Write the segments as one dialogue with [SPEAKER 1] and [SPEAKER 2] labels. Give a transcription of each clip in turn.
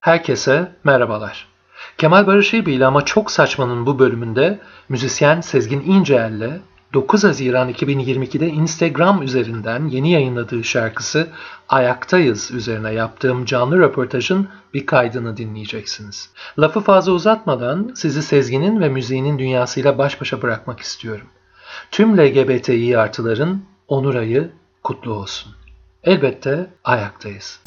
[SPEAKER 1] Herkese merhabalar. Kemal Barış İlbi ama Çok Saçma'nın bu bölümünde müzisyen Sezgin İnceel'le 9 Haziran 2022'de Instagram üzerinden yeni yayınladığı şarkısı Ayaktayız üzerine yaptığım canlı röportajın bir kaydını dinleyeceksiniz. Lafı fazla uzatmadan sizi Sezgin'in ve müziğinin dünyasıyla baş başa bırakmak istiyorum. Tüm LGBTİ artıların Onur Ayı kutlu olsun. Elbette ayaktayız.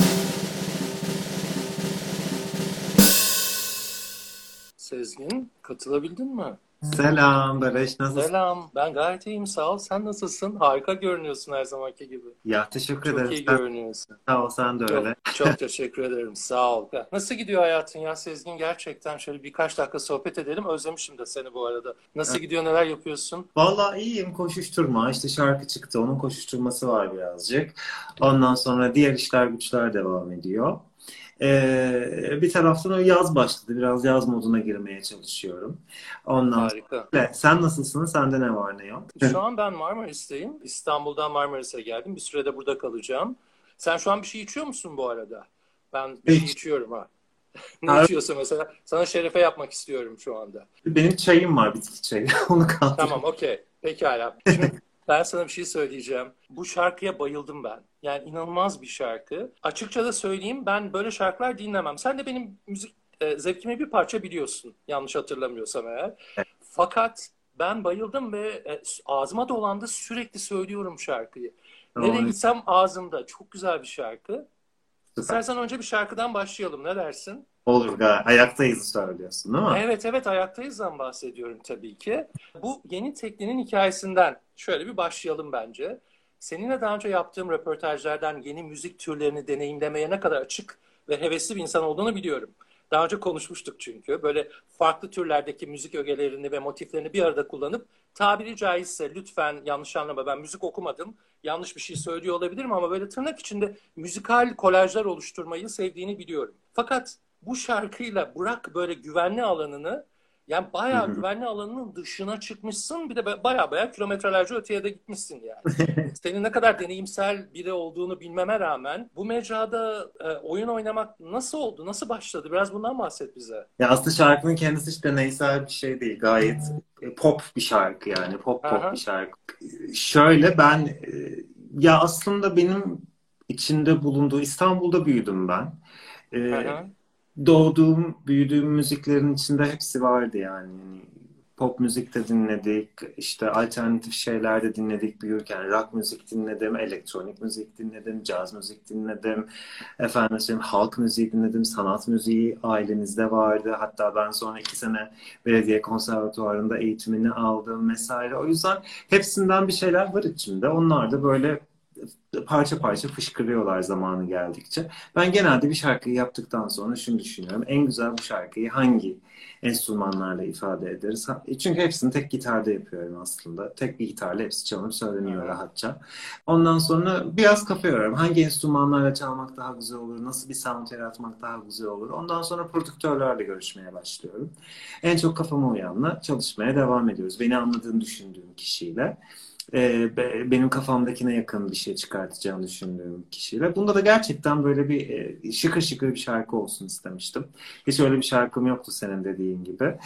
[SPEAKER 2] Sezgin, katılabildin mi?
[SPEAKER 3] Selam Barış, nasılsın?
[SPEAKER 2] Selam, ben gayet iyiyim, sağ ol. Sen nasılsın? Harika görünüyorsun her zamanki gibi.
[SPEAKER 3] Ya teşekkür
[SPEAKER 2] Çok
[SPEAKER 3] ederim.
[SPEAKER 2] iyi
[SPEAKER 3] Sen
[SPEAKER 2] görünüyorsun.
[SPEAKER 3] sağ ol, sen de öyle.
[SPEAKER 2] Çok teşekkür ederim, sağ ol. Nasıl gidiyor hayatın ya Sezgin? Gerçekten şöyle birkaç dakika sohbet edelim. Özlemişim de seni bu arada. Nasıl gidiyor, neler yapıyorsun?
[SPEAKER 3] Vallahi iyiyim, koşuşturma. İşte şarkı çıktı, onun koşuşturması var birazcık. Ondan sonra diğer işler güçler devam ediyor. Bir taraftan o yaz başladı. Biraz yaz moduna girmeye çalışıyorum. Ondan
[SPEAKER 2] Harika.
[SPEAKER 3] sonra sen nasılsın? Sende ne var ne yok?
[SPEAKER 2] Şu an ben Marmaris'teyim. İstanbul'dan Marmaris'e geldim. Bir sürede burada kalacağım. Sen şu an bir şey içiyor musun bu arada? Ben bir şey içiyorum ha. Ne içiyorsun mesela? Sana şerefe yapmak istiyorum şu anda.
[SPEAKER 3] Benim çayım var, bitki çayı. Onu kaldır.
[SPEAKER 2] Tamam, okey. Pekala. Şimdi ben sana bir şey söyleyeceğim. Bu şarkıya bayıldım ben. Yani inanılmaz bir şarkı. Açıkça da söyleyeyim, ben böyle şarkılar dinlemem. Sen de benim müzik zevkimi bir parça biliyorsun. Yanlış hatırlamıyorsam eğer. Fakat ben bayıldım ve ağzıma dolandı, sürekli söylüyorum şarkıyı. Nereye gitsem ağzımda. Çok güzel bir şarkı.
[SPEAKER 3] Süper.
[SPEAKER 2] İstersen önce bir şarkıdan başlayalım. Ne dersin?
[SPEAKER 3] Olur, ayaktayız söylüyorsun değil mi?
[SPEAKER 2] Evet, ayaktayızdan bahsediyorum tabii ki. Bu yeni teknenin hikayesinden şöyle bir başlayalım bence. Seninle daha önce yaptığım röportajlardan yeni müzik türlerini deneyimlemeye ne kadar açık ve hevesli bir insan olduğunu biliyorum. Daha önce konuşmuştuk çünkü. Böyle farklı türlerdeki müzik ögelerini ve motiflerini bir arada kullanıp tabiri caizse lütfen yanlış anlama, ben müzik okumadım. Yanlış bir şey söylüyor olabilirim ama böyle tırnak içinde müzikal kolajlar oluşturmayı sevdiğini biliyorum. Fakat bu şarkıyla bırak böyle güvenli alanını, yani bayağı güvenli alanının dışına çıkmışsın, bir de bayağı kilometrelerce öteye de gitmişsin yani. Senin ne kadar deneyimsel biri olduğunu bilmeme rağmen bu mecrada oyun oynamak nasıl oldu, nasıl başladı? Biraz bundan bahset bize.
[SPEAKER 3] Ya aslında şarkının kendisi hiç deneysel bir şey değil. Gayet pop bir şarkı yani. Pop bir şarkı. Şöyle ya aslında benim içinde bulunduğu İstanbul'da büyüdüm ben. Doğduğum, büyüdüğüm müziklerin içinde hepsi vardı yani. Pop müzik de dinledik, işte alternatif şeyler de dinledik büyürken. Rock müzik dinledim, elektronik müzik dinledim, caz müzik dinledim. Efendim söyleyeyim, halk müziği dinledim, sanat müziği ailemizde vardı. Hatta ben sonra 2 sene belediye konservatuvarında eğitimini aldım vesaire. O yüzden hepsinden bir şeyler var içimde. Onlar da böyle parça parça fışkırıyorlar zamanı geldikçe. Ben genelde bir şarkıyı yaptıktan sonra şunu düşünüyorum. En güzel bu şarkıyı hangi enstrümanlarla ifade ederiz? Çünkü hepsini tek gitarda yapıyorum aslında. Tek bir gitarla hepsi çalınıp söyleniyor rahatça. Ondan sonra biraz kafa yoruyorum. Hangi enstrümanlarla çalmak daha güzel olur? Nasıl bir sound yaratmak daha güzel olur? Ondan sonra prodüktörlerle görüşmeye başlıyorum. En çok kafama uyanla çalışmaya devam ediyoruz. Beni anladığını düşündüğüm kişiyle. Benim kafamdakine yakın bir şey çıkartacağını düşündüğüm kişiyle. Bunda da gerçekten böyle bir şıkır şıkır bir şarkı olsun istemiştim. Hiç öyle bir şarkım yoktu senin dediğin gibi.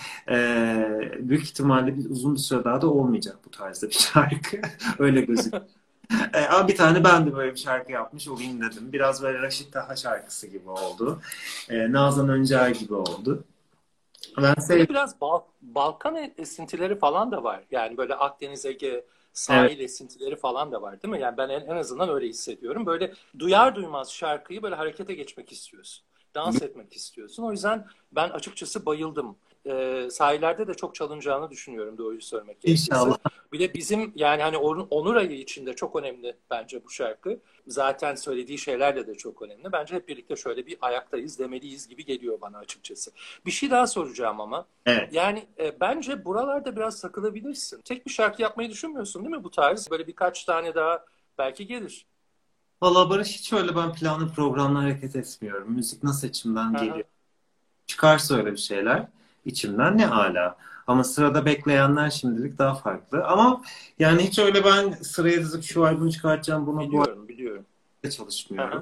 [SPEAKER 3] Büyük ihtimalle uzun bir süre daha da olmayacak bu tarzda bir şarkı. Öyle gözüküyor. Ama bir tane ben de böyle bir şarkı yapmış olayım dedim. Biraz böyle Raşit Taha şarkısı gibi oldu. Nazan Öncel gibi oldu.
[SPEAKER 2] Böyle biraz Balkan esintileri falan da var. Yani böyle Akdeniz, Ege, sahil esintileri falan da var değil mi? Yani ben en azından öyle hissediyorum. Böyle duyar duymaz şarkıyı böyle harekete geçmek istiyorsun. Dans etmek istiyorsun. O yüzden ben açıkçası bayıldım. Sahillerde de çok çalınacağını düşünüyorum, doğruyu söylemek gerekirse.
[SPEAKER 3] İnşallah.
[SPEAKER 2] Bir de bizim yani hani Onur Ayı için de çok önemli bence bu şarkı. Zaten söylediği şeylerle de çok önemli. Bence hep birlikte şöyle bir ayaktayız demeliyiz gibi geliyor bana açıkçası. Bir şey daha soracağım ama.
[SPEAKER 3] Evet.
[SPEAKER 2] Yani bence buralarda biraz takılabilirsin. Tek bir şarkı yapmayı düşünmüyorsun değil mi bu tarz? Böyle birkaç tane daha belki gelir.
[SPEAKER 3] Valla Barış, hiç öyle ben planlı programla hareket etmiyorum. Müzik nasıl içimden geliyor? Çıkarsa öyle bir şeyler içimden ne ala. Ama sırada bekleyenler şimdilik daha farklı. Ama yani hiç öyle ben sıraya dizip şu albümü çıkartacağım, bunu bu
[SPEAKER 2] Biliyorum.
[SPEAKER 3] ay çalışmıyorum.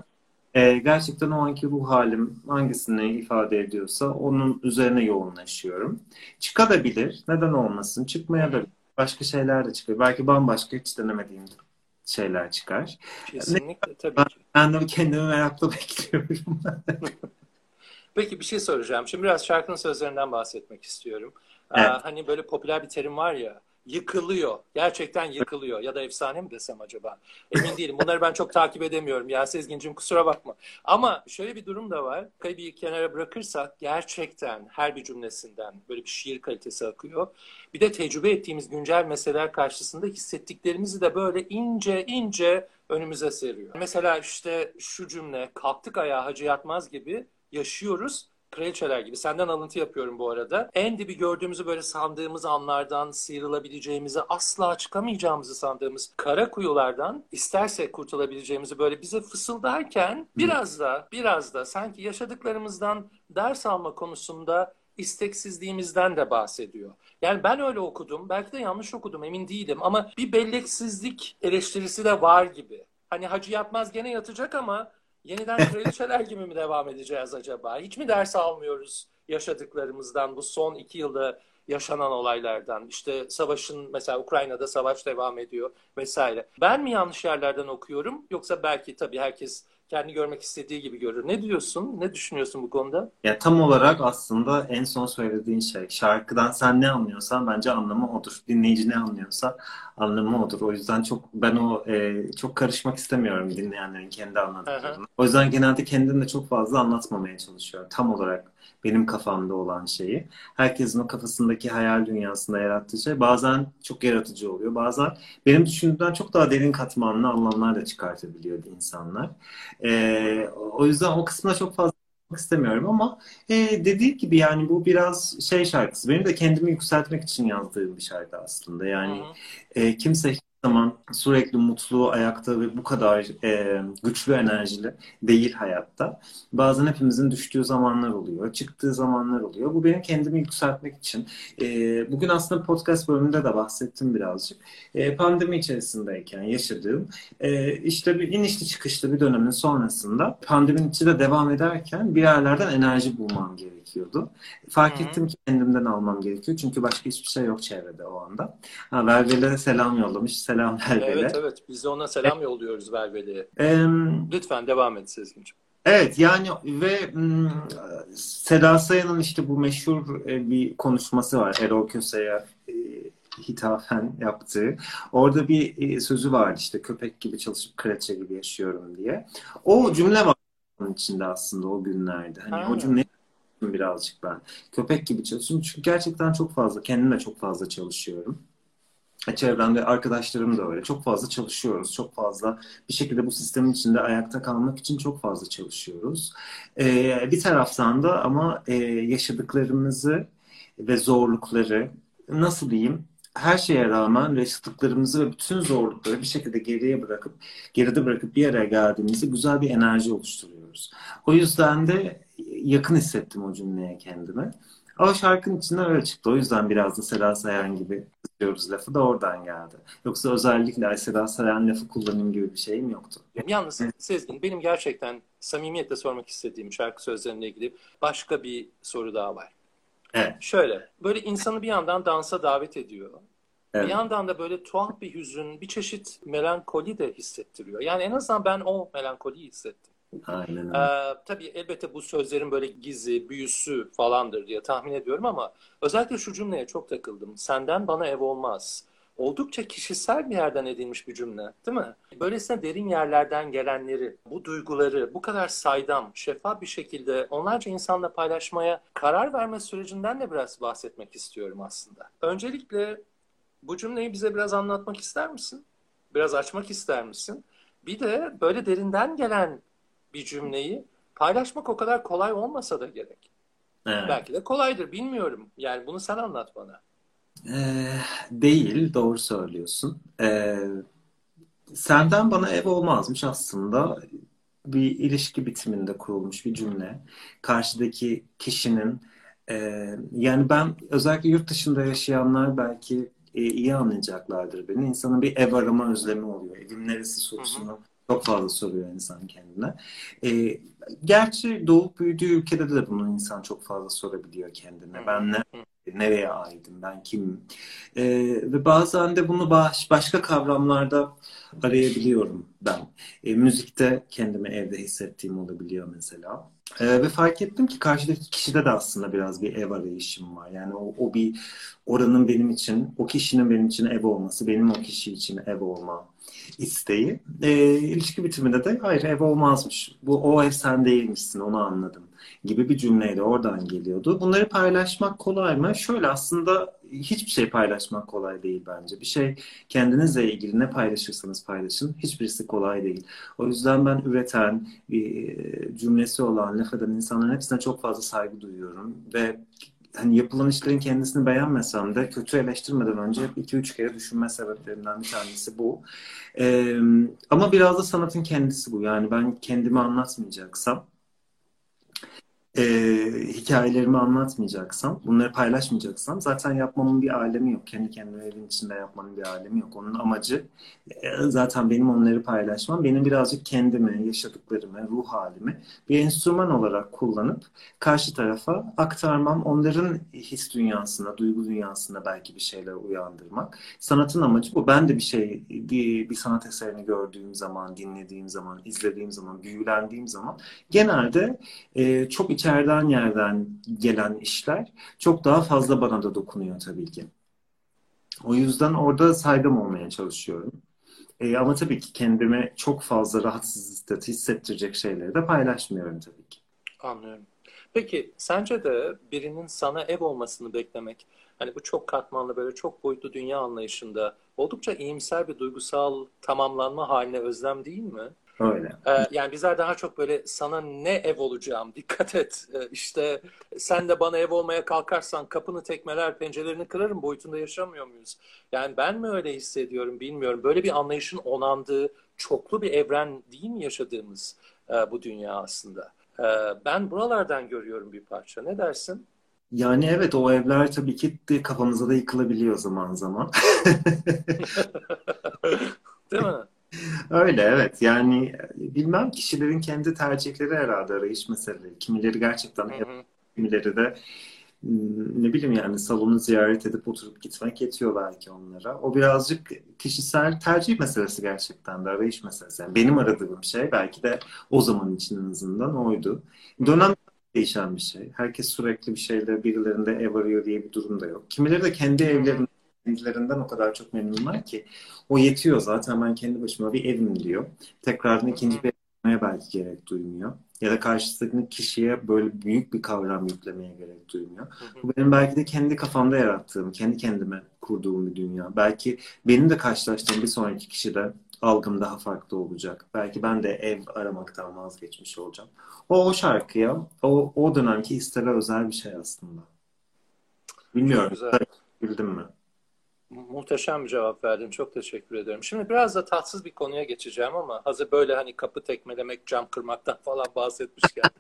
[SPEAKER 3] Gerçekten o anki ruh halim hangisini ifade ediyorsa onun üzerine yoğunlaşıyorum. Çıkabilir. Neden olmasın?
[SPEAKER 2] Hı
[SPEAKER 3] Çıkmaya da
[SPEAKER 2] hı.
[SPEAKER 3] bilir. Başka şeyler de çıkıyor. Belki bambaşka hiç denemediğim şeyler çıkar. Ne,
[SPEAKER 2] Kesinlikle, tabii ki.
[SPEAKER 3] ben de kendimi merakla bekliyorum.
[SPEAKER 2] Peki bir şey soracağım. Şimdi biraz şarkının sözlerinden bahsetmek istiyorum.
[SPEAKER 3] Evet.
[SPEAKER 2] Hani böyle popüler bir terim var ya, yıkılıyor. Gerçekten yıkılıyor. Ya da efsane mi desem acaba? Emin değilim. Bunları ben çok takip edemiyorum. Ya Sezgin'cim kusura bakma. Ama şöyle bir durum da var. Kayı bir kenara bırakırsak gerçekten her bir cümlesinden böyle bir şiir kalitesi akıyor. Bir de tecrübe ettiğimiz güncel meseleler karşısında hissettiklerimizi de böyle ince ince önümüze seriyor. Mesela işte şu cümle, kalktık ayağa Hacı Yatmaz gibi yaşıyoruz. Kraliçeler gibi. Senden alıntı yapıyorum bu arada. En dibi gördüğümüzü böyle sandığımız anlardan sıyrılabileceğimizi, asla çıkamayacağımızı sandığımız kara kuyulardan istersek kurtulabileceğimizi böyle bize fısıldarken biraz da sanki yaşadıklarımızdan ders alma konusunda isteksizliğimizden de bahsediyor. Yani ben öyle okudum. Belki de yanlış okudum, emin değilim. Ama bir belleksizlik eleştirisi de var gibi. Hani Hacı Yatmaz gene yatacak ama yeniden kraliçeler gibi mi devam edeceğiz acaba? Hiç mi ders almıyoruz yaşadıklarımızdan, bu son 2 yılda yaşanan olaylardan? İşte savaşın, mesela Ukrayna'da savaş devam ediyor vesaire. Ben mi yanlış yerlerden okuyorum? Yoksa belki tabii herkes kendi görmek istediği gibi görür. Ne diyorsun? Ne düşünüyorsun bu konuda?
[SPEAKER 3] Ya tam olarak aslında en son söylediğin şey. Şarkıdan sen ne anlıyorsan bence anlamı odur. Dinleyici ne anlıyorsa anlamı odur. O yüzden çok karışmak istemiyorum dinleyenlerin kendi
[SPEAKER 2] Hı hı.
[SPEAKER 3] anladıklarını. O yüzden genelde kendim de çok fazla anlatmamaya çalışıyorum. Tam olarak benim kafamda olan şeyi. Herkesin o kafasındaki hayal dünyasında yarattığı şey bazen çok yaratıcı oluyor. Bazen benim düşündüğümden çok daha derin katmanlı anlamlar da çıkartabiliyor insanlar.
[SPEAKER 2] Hı hı.
[SPEAKER 3] O yüzden o kısmına çok fazla istemiyorum ama dediğim gibi yani bu biraz şey şarkısı. Benim de kendimi yükseltmek için yazdığım bir şarkı aslında.
[SPEAKER 2] Hı
[SPEAKER 3] Yani
[SPEAKER 2] hı.
[SPEAKER 3] kimse hiçbir zaman sürekli mutlu, ayakta ve bu kadar güçlü enerjili değil hayatta. Bazen hepimizin düştüğü zamanlar oluyor, çıktığı zamanlar oluyor. Bu benim kendimi yükseltmek için. Bugün aslında podcast bölümünde de bahsettim birazcık. Pandemi içerisindeyken yaşadığım işte bir inişli çıkışlı bir dönemin sonrasında pandeminin içi de devam ederken bir yerlerden enerji bulmam gerekiyordu.
[SPEAKER 2] Hı
[SPEAKER 3] Fark
[SPEAKER 2] hı.
[SPEAKER 3] ettim ki kendimden almam gerekiyor. Çünkü başka hiçbir şey yok çevrede o anda. Ha, Velvel'e selam yollamış. Selam
[SPEAKER 2] Evet,
[SPEAKER 3] Velvel'e.
[SPEAKER 2] evet. Biz de ona selam yolluyoruz Velveli'ye.
[SPEAKER 3] Em,
[SPEAKER 2] Lütfen devam et Sezgin'ciğim.
[SPEAKER 3] evet yani ve Seda Sayan'ın işte bu meşhur bir konuşması var. Erol Köse'ye hitaben yaptığı. Orada bir sözü vardı işte köpek gibi çalışıp kraliçe gibi yaşıyorum diye.
[SPEAKER 2] Hı
[SPEAKER 3] O
[SPEAKER 2] hı.
[SPEAKER 3] cümle var onun içinde aslında o günlerde. Hani o
[SPEAKER 2] Ha.
[SPEAKER 3] cümleyi birazcık ben. Köpek gibi çalışıyorum. Çünkü gerçekten çok fazla, kendim de çok fazla çalışıyorum. Çevremde arkadaşlarım da öyle. Çok fazla çalışıyoruz. Çok fazla bir şekilde bu sistemin içinde ayakta kalmak için çok fazla çalışıyoruz. Bir taraftan da ama yaşadıklarımızı ve zorlukları nasıl diyeyim her şeye rağmen yaşadıklarımızı ve bütün zorlukları bir şekilde geride bırakıp bir araya geldiğimizde güzel bir enerji oluşturuyoruz. O yüzden de yakın hissettim o cümleye kendimi. O şarkının içinden öyle çıktı. O yüzden biraz da Seda Sayan gibi diyoruz lafı da oradan geldi. Yoksa özellikle Ay Seda Sayan lafı kullanayım gibi bir şeyim yoktu.
[SPEAKER 2] Yalnız Sezgin, benim gerçekten samimiyetle sormak istediğim şarkı sözleriyle ilgili başka bir soru daha var.
[SPEAKER 3] Evet,
[SPEAKER 2] Şöyle, böyle insanı bir yandan dansa davet ediyor. Bir
[SPEAKER 3] evet.
[SPEAKER 2] yandan da böyle tuhaf bir hüzün, bir çeşit melankoli de hissettiriyor. Yani en azından ben o melankoliyi hissettim.
[SPEAKER 3] Aynen
[SPEAKER 2] Ee,
[SPEAKER 3] öyle.
[SPEAKER 2] tabii elbette bu sözlerin böyle gizi, büyüsü falandır diye tahmin ediyorum ama özellikle şu cümleye çok takıldım. Senden bana ev olmaz. Oldukça kişisel bir yerden edilmiş bir cümle, değil mi? Böylesine derin yerlerden gelenleri, bu duyguları bu kadar saydam, şeffaf bir şekilde onlarca insanla paylaşmaya karar verme sürecinden de biraz bahsetmek istiyorum aslında. Öncelikle bu cümleyi bize biraz anlatmak ister misin? Biraz açmak ister misin? Bir de böyle derinden gelen bir cümleyi paylaşmak o kadar kolay olmasa da gerek.
[SPEAKER 3] Evet.
[SPEAKER 2] Belki de kolaydır, bilmiyorum. Yani bunu sen anlat bana.
[SPEAKER 3] Değil, doğru söylüyorsun. Senden bana ev olmazmış aslında bir ilişki bitiminde kurulmuş bir cümle. Karşıdaki kişinin yani ben özellikle yurt dışında yaşayanlar belki iyi anlayacaklardır beni. İnsanın bir ev arama özlemi oluyor. Evim neresi
[SPEAKER 2] Hı hı.
[SPEAKER 3] sorusunu Çok fazla soruyor insan kendine. Ee, Gerçi doğup büyüdüğü ülkede de bunu insan çok fazla sorabiliyor
[SPEAKER 2] Hı
[SPEAKER 3] kendine.
[SPEAKER 2] hı, hı
[SPEAKER 3] Nereye aitim, ben kimim? Ee, Ve bazen de bunu başka kavramlarda arayabiliyorum ben. Müzikte kendimi evde hissettiğim olabiliyor mesela. Ve fark ettim ki karşıdaki kişide de aslında biraz bir ev arayışım var. Yani o bir oranın benim için, o kişinin benim için ev olması, benim o kişi için ev olma isteği. İlişki bitiminde de hayır ev olmazmış. O ev sen değilmişsin, onu anladım gibi bir cümleyle oradan geliyordu. Bunları paylaşmak kolay mı? Şöyle aslında hiçbir şey paylaşmak kolay değil bence. Bir şey kendinizle ilgili ne paylaşırsanız paylaşın hiçbirisi kolay değil. O yüzden ben üreten, cümlesi olan, laf eden insanların hepsine çok fazla saygı duyuyorum ve hani yapılan işlerin kendisini beğenmesem de kötü eleştirmeden önce hep 2-3 kere düşünme sebeplerimden bir tanesi bu. Ee, Ama biraz da sanatın kendisi bu. Yani ben kendimi anlatmayacaksam e, hikayelerimi anlatmayacaksam, bunları paylaşmayacaksam zaten yapmamın bir alemi yok. Kendi kendime evin içinde yapmanın bir alemi yok. Onun amacı zaten benim onları paylaşmam. Benim birazcık kendimi, yaşadıklarımı, ruh halimi bir enstrüman olarak kullanıp karşı tarafa aktarmam. Onların his dünyasına, duygu dünyasına belki bir şeyler uyandırmak. Sanatın amacı bu. Ben de bir sanat eserini gördüğüm zaman, dinlediğim zaman, izlediğim zaman, büyülendiğim zaman genelde çok içeriden yerden gelen işler çok daha fazla bana da dokunuyor tabii ki. O yüzden orada saygım olmaya çalışıyorum. Ama tabii ki kendime çok fazla rahatsız hissettirecek şeyleri de paylaşmıyorum tabii ki.
[SPEAKER 2] Anlıyorum. Peki sence de birinin sana ev olmasını beklemek, hani bu çok katmanlı böyle çok boyutlu dünya anlayışında oldukça iyimser bir duygusal tamamlanma haline özlem değil mi?
[SPEAKER 3] Öyle.
[SPEAKER 2] Yani bizler daha çok böyle sana ne ev olacağım, dikkat et. İşte sen de bana ev olmaya kalkarsan kapını tekmeler, pencerelerini kırarım boyutunda yaşamıyor muyuz? Yani ben mi öyle hissediyorum bilmiyorum. Böyle bir anlayışın onandığı çoklu bir evren değil mi yaşadığımız bu dünya aslında? Ben buralardan görüyorum bir parça. Ne dersin?
[SPEAKER 3] Yani evet o evler tabii ki de kafamıza da yıkılabiliyor zaman zaman.
[SPEAKER 2] Değil mi?
[SPEAKER 3] Öyle evet yani bilmem kişilerin kendi tercihleri herhalde arayış meseleleri. Kimileri gerçekten
[SPEAKER 2] Hı
[SPEAKER 3] ev,
[SPEAKER 2] hı,
[SPEAKER 3] kimileri de ne bileyim yani salonu ziyaret edip oturup gitmek yetiyor belki onlara. O birazcık kişisel tercih meselesi gerçekten de arayış meselesi. Yani benim aradığım şey belki de o zaman için en azından oydu.
[SPEAKER 2] hı hı,
[SPEAKER 3] Dönem değişen bir şey. Herkes sürekli bir şeyle birilerinde ev arıyor diye bir durum da yok. Kimileri de kendi
[SPEAKER 2] hı hı,
[SPEAKER 3] evlerinden o kadar çok memnunlar ki o yetiyor zaten ben kendi başıma bir evim diyor. Tekrardan
[SPEAKER 2] hı
[SPEAKER 3] ikinci
[SPEAKER 2] hı,
[SPEAKER 3] bir ev yapmaya belki gerek duymuyor. Ya da karşısındaki kişiye böyle büyük bir kavram yüklemeye gerek duymuyor.
[SPEAKER 2] hı hı.
[SPEAKER 3] Bu benim belki de kendi kafamda yarattığım, kendi kendime kurduğum bir dünya. Belki benim de karşılaştığım bir sonraki kişide algım daha farklı olacak. Belki ben de ev aramaktan vazgeçmiş olacağım. O şarkıya, o dönemki istere özel bir şey aslında.
[SPEAKER 2] Çok
[SPEAKER 3] Bilmiyorum.
[SPEAKER 2] güzel.
[SPEAKER 3] Bildim mi?
[SPEAKER 2] Muhteşem bir cevap verdin. Çok teşekkür ederim. Şimdi biraz da tatsız bir konuya geçeceğim ama hazır böyle hani kapı tekmelemek, cam kırmaktan falan bahsetmişken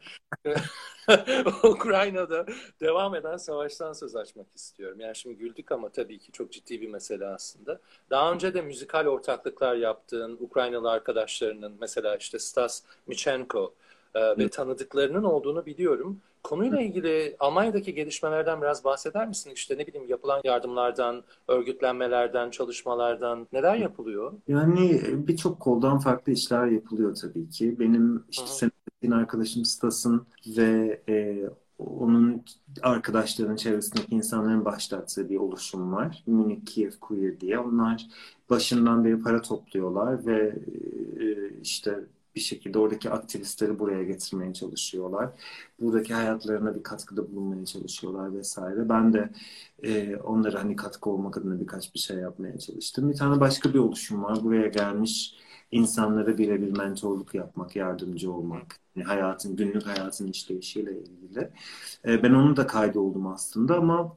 [SPEAKER 2] Ukrayna'da devam eden savaştan söz açmak istiyorum. Yani şimdi güldük ama tabii ki çok ciddi bir mesele aslında. Daha önce de müzikal ortaklıklar yaptığın Ukraynalı arkadaşlarının mesela işte Stas Michenko ve tanıdıklarının olduğunu biliyorum. Konuyla ilgili Almanya'daki gelişmelerden biraz bahseder misin? İşte ne bileyim yapılan yardımlardan, örgütlenmelerden, çalışmalardan neler yapılıyor?
[SPEAKER 3] Yani birçok koldan farklı işler yapılıyor tabii ki. Benim
[SPEAKER 2] Hı
[SPEAKER 3] işte
[SPEAKER 2] hı,
[SPEAKER 3] senin dediğin arkadaşım Stas'ın ve onun arkadaşlarının çevresindeki insanların başlattığı bir oluşum var. Munich Kiev Queer diye. Onlar başından beri para topluyorlar ve işte bir şekilde oradaki aktivistleri buraya getirmeye çalışıyorlar. Buradaki hayatlarına bir katkıda bulunmaya çalışıyorlar vesaire. Ben de onlara hani katkı olmak adına birkaç bir şey yapmaya çalıştım. Bir tane başka bir oluşum var. Buraya gelmiş insanlara birebir mentorluk yapmak, yardımcı
[SPEAKER 2] hı hı,
[SPEAKER 3] olmak. Yani günlük hayatın işleyişiyle ilgili. Ben onu da kaydoldum aslında ama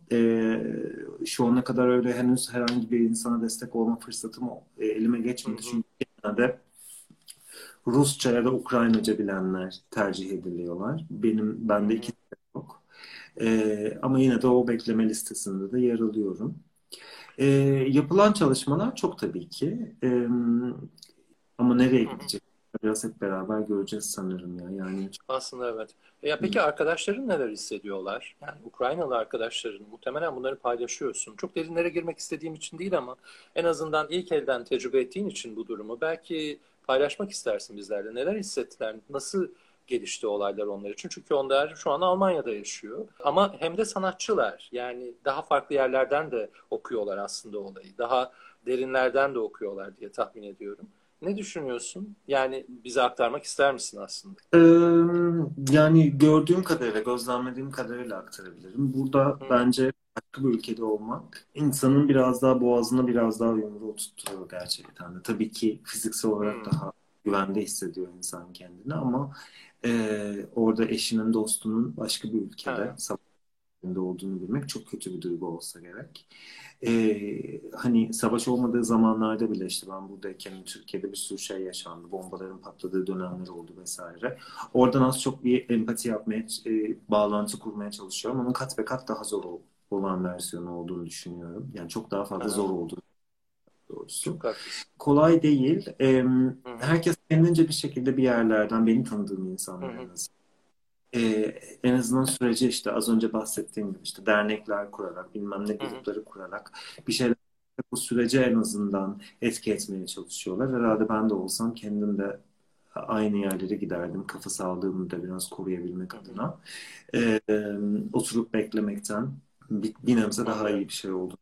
[SPEAKER 3] şu ana kadar öyle henüz herhangi bir insana destek olma fırsatım elime
[SPEAKER 2] hı
[SPEAKER 3] geçmedi.
[SPEAKER 2] hı,
[SPEAKER 3] Çünkü genelde Rusça ya da Ukraynaca bilenler tercih ediliyorlar.
[SPEAKER 2] hı
[SPEAKER 3] Bende
[SPEAKER 2] hı,
[SPEAKER 3] ikisi de yok. Ama yine de o bekleme listesinde de yer alıyorum. Yapılan çalışmalar çok tabii ki. Ama nereye
[SPEAKER 2] hı hı.
[SPEAKER 3] gidecek? biraz hep beraber göreceğiz sanırım ya. Yani
[SPEAKER 2] Aslında evet. Ya peki arkadaşların neler hissediyorlar? Yani Ukraynalı arkadaşların muhtemelen bunları paylaşıyorsun. Çok derinlere girmek istediğim için değil ama en azından ilk elden tecrübe ettiğin için bu durumu belki paylaşmak istersin bizlerle. Neler hissettiler? Nasıl gelişti olaylar onlar için? Çünkü onlar şu an Almanya'da yaşıyor. Ama hem de sanatçılar. Yani daha farklı yerlerden de okuyorlar aslında olayı. Daha derinlerden de okuyorlar diye tahmin ediyorum. Ne düşünüyorsun? Yani bize aktarmak ister misin aslında?
[SPEAKER 3] Yani gördüğüm kadarıyla, gözlemlediğim kadarıyla aktarabilirim. Burada
[SPEAKER 2] Hı hı.
[SPEAKER 3] bence farklı bir ülkede olmak insanın biraz daha boğazına biraz daha yumruğu tutturuyor gerçekten de. Tabii ki fiziksel olarak
[SPEAKER 2] Hı.
[SPEAKER 3] daha güvende hissediyor insan kendini ama orada eşinin, dostunun başka bir ülkede
[SPEAKER 2] Ha.
[SPEAKER 3] savaşında olduğunu bilmek çok kötü bir duygu olsa gerek. Hani savaş olmadığı zamanlarda bile işte ben buradayken Türkiye'de bir sürü şey yaşandı. Bombaların patladığı dönemler oldu vesaire. Oradan az çok bir empati yapmaya, bağlantı kurmaya çalışıyorum. Onun kat ve kat daha zor olan versiyonu olduğunu düşünüyorum. Yani çok daha fazla zor
[SPEAKER 2] Aha.
[SPEAKER 3] olduğunu doğrusu.
[SPEAKER 2] Çok haklısın.
[SPEAKER 3] Kolay değil.
[SPEAKER 2] Hı hı.
[SPEAKER 3] Herkes kendince bir şekilde bir yerlerden, benim tanıdığım
[SPEAKER 2] Hı
[SPEAKER 3] insanlar en
[SPEAKER 2] hı.
[SPEAKER 3] azından en azından süreci işte az önce bahsettiğim gibi işte dernekler kurarak, bilmem ne
[SPEAKER 2] Hı hı.
[SPEAKER 3] grupları kurarak bir şeyler bu sürece en azından etki etmeye çalışıyorlar. Herhalde ben de olsam kendim de aynı yerlere giderdim. Kafa sağlığımı da biraz koruyabilmek
[SPEAKER 2] Hı hı.
[SPEAKER 3] adına. Ee, Oturup beklemekten bir nebze daha
[SPEAKER 2] Anlıyorum.
[SPEAKER 3] iyi bir şey oldu.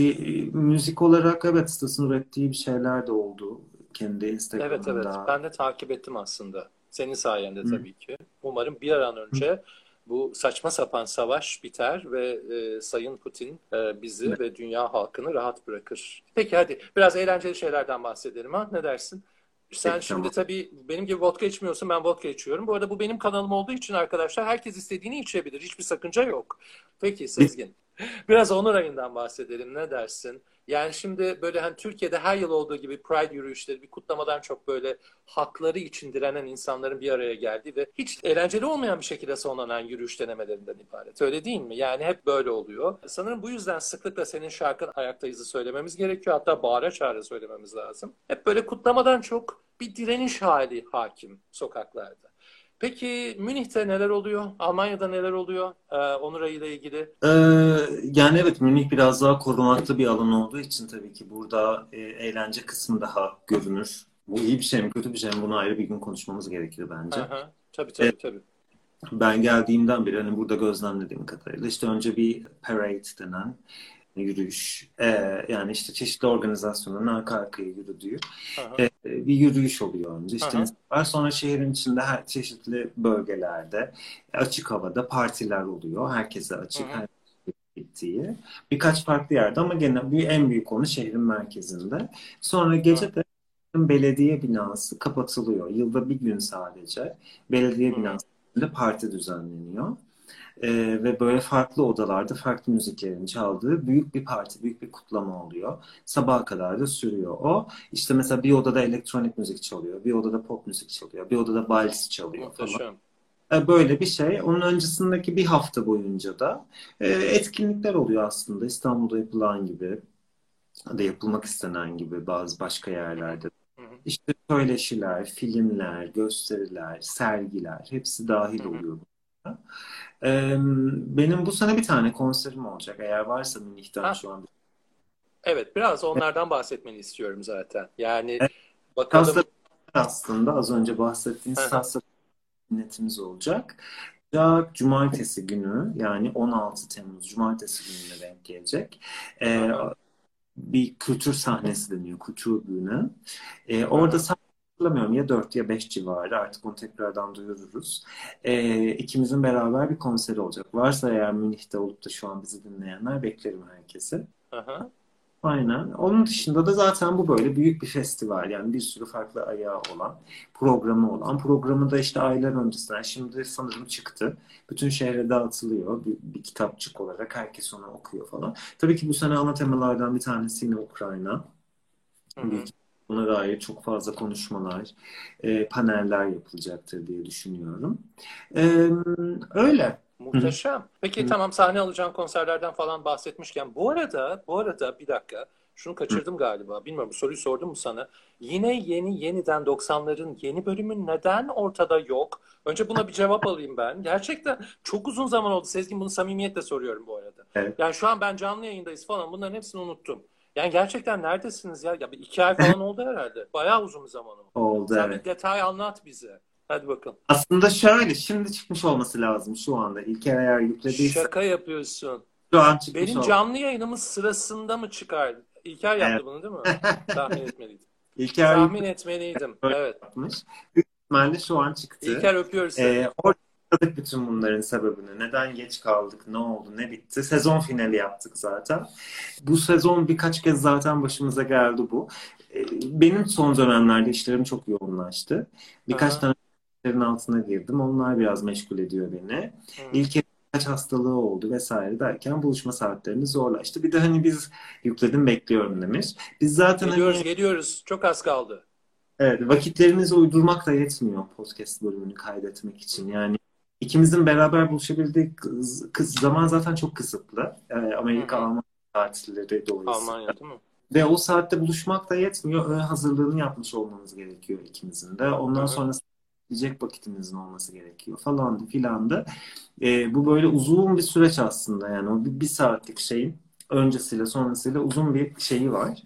[SPEAKER 3] Müzik olarak evet Stas'ın ürettiği bir şeyler de oldu. Kendi
[SPEAKER 2] Evet, evet.
[SPEAKER 3] Instagram'ında.
[SPEAKER 2] Ben de takip ettim aslında. Senin sayende
[SPEAKER 3] Hı.
[SPEAKER 2] tabii ki. Umarım bir an önce bu saçma sapan savaş biter ve Sayın Putin bizi ve dünya halkını rahat bırakır. Peki hadi biraz eğlenceli şeylerden bahsedelim ha. Ne dersin? Sen
[SPEAKER 3] Peki tamam.
[SPEAKER 2] şimdi tabii benim gibi vodka içmiyorsun, ben vodka içiyorum. Bu arada bu benim kanalım olduğu için arkadaşlar herkes istediğini içebilir. Hiçbir sakınca yok. Peki Sezgin. Biraz Onur ayından bahsedelim. Ne dersin? Yani şimdi böyle hani Türkiye'de her yıl olduğu gibi Pride yürüyüşleri bir kutlamadan çok böyle hakları için direnen insanların bir araya geldiği ve hiç eğlenceli olmayan bir şekilde sonlanan yürüyüş denemelerinden ibaret. Öyle değil mi? Yani hep böyle oluyor. Sanırım bu yüzden sıklıkla senin şarkın Ayaktayız'ı söylememiz gerekiyor. Hatta bağıra çağıra söylememiz lazım. Hep böyle kutlamadan çok bir direniş hali hakim sokaklarda. Peki Münih'te neler oluyor? Almanya'da neler oluyor? Onur Ayı ile ilgili.
[SPEAKER 3] Ee, Yani evet Münih biraz daha korunaklı bir alan olduğu için tabii ki burada eğlence kısmı daha görünür. Bu iyi bir şey mi kötü bir şey mi bunu ayrı bir gün konuşmamız gerekir
[SPEAKER 2] Hı
[SPEAKER 3] bence.
[SPEAKER 2] hı. Tabii
[SPEAKER 3] E,
[SPEAKER 2] tabii tabii.
[SPEAKER 3] Ben geldiğimden beri hani burada gözlemlediğim kadarıyla işte önce bir parade denen yürüyüş yani işte çeşitli organizasyonların arka arkaya yürüdüğü
[SPEAKER 2] Hı hı.
[SPEAKER 3] bir yürüyüş oluyor önce.
[SPEAKER 2] Hı
[SPEAKER 3] İşte
[SPEAKER 2] hı.
[SPEAKER 3] insanlar sonra şehrin içinde her çeşitli bölgelerde açık havada partiler oluyor. Herkese
[SPEAKER 2] Hı
[SPEAKER 3] açık,
[SPEAKER 2] hı.
[SPEAKER 3] gittiği. Birkaç farklı yerde ama gene en büyük konu şehrin merkezinde. Sonra
[SPEAKER 2] Hı
[SPEAKER 3] gece de belediye binası kapatılıyor. Yılda bir gün sadece belediye
[SPEAKER 2] hı.
[SPEAKER 3] binası önünde parti düzenleniyor. Ve böyle farklı odalarda farklı müziklerin çaldığı büyük bir parti, büyük bir kutlama oluyor. Sabaha kadar da sürüyor o. İşte mesela bir odada elektronik müzik çalıyor, bir odada pop müzik çalıyor, bir odada vals çalıyor falan.
[SPEAKER 2] Muhteşem.
[SPEAKER 3] Böyle bir şey. Onun öncesindeki bir hafta boyunca da etkinlikler oluyor aslında. İstanbul'da yapılan gibi, da yapılmak istenen gibi bazı başka
[SPEAKER 2] Hı hı.
[SPEAKER 3] yerlerde.
[SPEAKER 2] Hı hı.
[SPEAKER 3] İşte söyleşiler, filmler, gösteriler, sergiler hepsi
[SPEAKER 2] Hı
[SPEAKER 3] dahil
[SPEAKER 2] hı.
[SPEAKER 3] oluyor buna. Benim bu sene bir tane konserim olacak. Eğer varsa Münih'ten
[SPEAKER 2] Ha,
[SPEAKER 3] şu an.
[SPEAKER 2] evet biraz onlardan bahsetmeni istiyorum zaten. Yani
[SPEAKER 3] Sazda
[SPEAKER 2] bakalım.
[SPEAKER 3] aslında az önce bahsettiğiniz
[SPEAKER 2] Hı hı.
[SPEAKER 3] Sazda netimiz olacak. Ancak Cumartesi günü yani 16 Temmuz Cumartesi gününe denk gelecek.
[SPEAKER 2] Hı
[SPEAKER 3] Ee,
[SPEAKER 2] hı.
[SPEAKER 3] Bir kültür sahnesi deniyor, kültür günü.
[SPEAKER 2] Hı
[SPEAKER 3] Orada
[SPEAKER 2] hı.
[SPEAKER 3] hatırlamıyorum ya 4 ya 5 civarı artık onu tekrardan duyururuz. İkimizin beraber bir konseri olacak. Varsa eğer Münih'te olup da şu an bizi dinleyenler beklerim herkese.
[SPEAKER 2] Hı hı.
[SPEAKER 3] Aynen. Onun dışında da zaten bu böyle büyük bir festival. Yani bir sürü farklı ayağı olan, programı olan. Programı da işte aylar öncesinden şimdi sanırım çıktı. Bütün şehre dağıtılıyor. Bir kitapçık olarak herkes onu okuyor falan. Tabii ki bu sene ana temalardan bir tanesi yine Ukrayna.
[SPEAKER 2] Hı
[SPEAKER 3] Büyük
[SPEAKER 2] hı.
[SPEAKER 3] buna dair çok fazla konuşmalar, paneller yapılacaktır diye düşünüyorum. E, Öyle. Hı hı.
[SPEAKER 2] Muhteşem. Peki tamam sahne alacağın konserlerden falan bahsetmişken bu arada bir dakika Şunu kaçırdım galiba. Bilmiyorum, bu soruyu sordum mu sana? Yine yeniden 90'ların yeni bölümü neden ortada yok? Önce buna bir cevap alayım ben. Gerçekten çok uzun zaman oldu Sezgin, bunu samimiyetle soruyorum bu arada.
[SPEAKER 3] Evet.
[SPEAKER 2] Yani şu an ben canlı yayındayız falan, bunların hepsini unuttum. Yani gerçekten neredesiniz ya? Ya bir 2 ay falan oldu herhalde. Bayağı uzun bir zaman oldu.
[SPEAKER 3] Oldu,
[SPEAKER 2] Sen
[SPEAKER 3] evet.
[SPEAKER 2] bir detay anlat bize. Hadi bakalım.
[SPEAKER 3] Aslında şöyle, şimdi çıkmış olması lazım şu anda. İlker eğer yüklediyse
[SPEAKER 2] Şaka yapıyorsun.
[SPEAKER 3] şu an çıkmış
[SPEAKER 2] Benim
[SPEAKER 3] olması.
[SPEAKER 2] canlı yayınımız sırasında mı çıkar? İlker
[SPEAKER 3] Evet.
[SPEAKER 2] yaptı bunu değil mi? Tahmin etmeliydim.
[SPEAKER 3] İlker
[SPEAKER 2] Tahmin etmeliydim.
[SPEAKER 3] öyle
[SPEAKER 2] Evet.
[SPEAKER 3] yapmış. Büyük ihtimalle şu an çıktı.
[SPEAKER 2] İlker, öpüyoruz seni.
[SPEAKER 3] Orada anladık bütün bunların sebebini. Neden geç kaldık, ne oldu, ne bitti. Sezon finali yaptık zaten. Bu sezon birkaç kez zaten başımıza geldi bu. Benim son dönemlerde işlerim çok yoğunlaştı. Birkaç
[SPEAKER 2] Aha.
[SPEAKER 3] tane işlerin altına girdim. Onlar biraz meşgul ediyor beni.
[SPEAKER 2] Hı.
[SPEAKER 3] İlk birkaç hastalığı oldu vesaire derken buluşma saatlerimiz zorlaştı. Bir de hani biz yükledim bekliyorum demiş. Biz zaten hani
[SPEAKER 2] Geliyoruz. Çok az kaldı.
[SPEAKER 3] evet, vakitlerinizi uydurmak da yetmiyor podcast bölümünü kaydetmek için. Yani ikimizin beraber buluşabildiği zaman zaten çok kısıtlı.
[SPEAKER 2] Hı
[SPEAKER 3] Amerika,
[SPEAKER 2] hı.
[SPEAKER 3] Almanya tatilleri dolayısıyla.
[SPEAKER 2] Almanya değil mi?
[SPEAKER 3] Ve o saatte buluşmak da yetmiyor. Ön hazırlığını yapmış olmanız gerekiyor ikimizin de.
[SPEAKER 2] Hı
[SPEAKER 3] Ondan
[SPEAKER 2] hı.
[SPEAKER 3] sonra diyecek vakitinizin olması gerekiyor falandı filandı. Bu böyle uzun bir süreç aslında. Yani o bir saatlik şeyin öncesiyle sonrasıyla uzun bir şeyi var.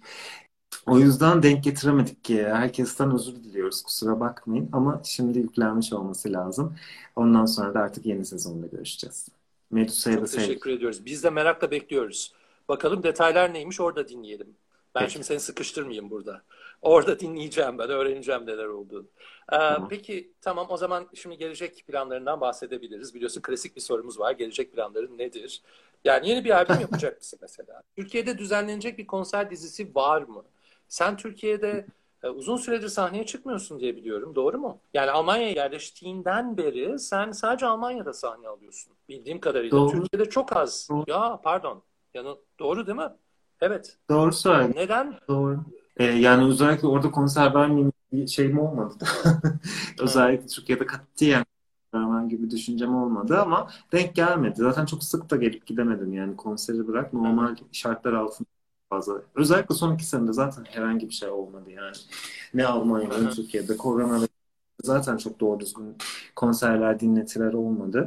[SPEAKER 3] O yüzden denk getiremedik ki. Herkesten özür diliyoruz. Kusura bakmayın. Ama şimdi yüklenmiş olması lazım. Ondan sonra da artık yeni sezonda görüşeceğiz. Medusa'ya da
[SPEAKER 2] Çok teşekkür ediyoruz. Biz de merakla bekliyoruz. Bakalım detaylar neymiş, orada dinleyelim. Ben
[SPEAKER 3] Peki.
[SPEAKER 2] şimdi seni sıkıştırmayayım burada. Orada dinleyeceğim, ben öğreneceğim neler olduğunu.
[SPEAKER 3] Tamam.
[SPEAKER 2] Peki tamam, o zaman şimdi gelecek planlarından bahsedebiliriz. Biliyorsun klasik bir sorumuz var. Gelecek planların nedir? Yani yeni bir albüm yapacak mısın mesela? Türkiye'de düzenlenecek bir konser dizisi var mı? Sen Türkiye'de uzun süredir sahneye çıkmıyorsun diye biliyorum. Doğru mu? Yani Almanya'ya yerleştiğinden beri sen sadece Almanya'da sahne alıyorsun. Bildiğim kadarıyla.
[SPEAKER 3] Doğru.
[SPEAKER 2] Türkiye'de çok az.
[SPEAKER 3] Doğru,
[SPEAKER 2] Ya pardon. Yani doğru değil mi? Evet.
[SPEAKER 3] doğru söyledin.
[SPEAKER 2] Neden?
[SPEAKER 3] Doğru. Yani özellikle orada konser vermeyeyim bir şeyim olmadı.
[SPEAKER 2] Hı.
[SPEAKER 3] Özellikle Türkiye'de katiyen vermem gibi düşüncem olmadı ama denk gelmedi. Zaten çok sık da gelip gidemedim yani konseri bırak
[SPEAKER 2] Hı hı.
[SPEAKER 3] normal şartlar altında fazla. Özellikle son 2 senede zaten herhangi bir şey olmadı yani. Ne
[SPEAKER 2] Hı
[SPEAKER 3] Almanya'da ne
[SPEAKER 2] hı.
[SPEAKER 3] Türkiye'de korona zaten çok doğru düzgün konserler, dinletiler olmadı.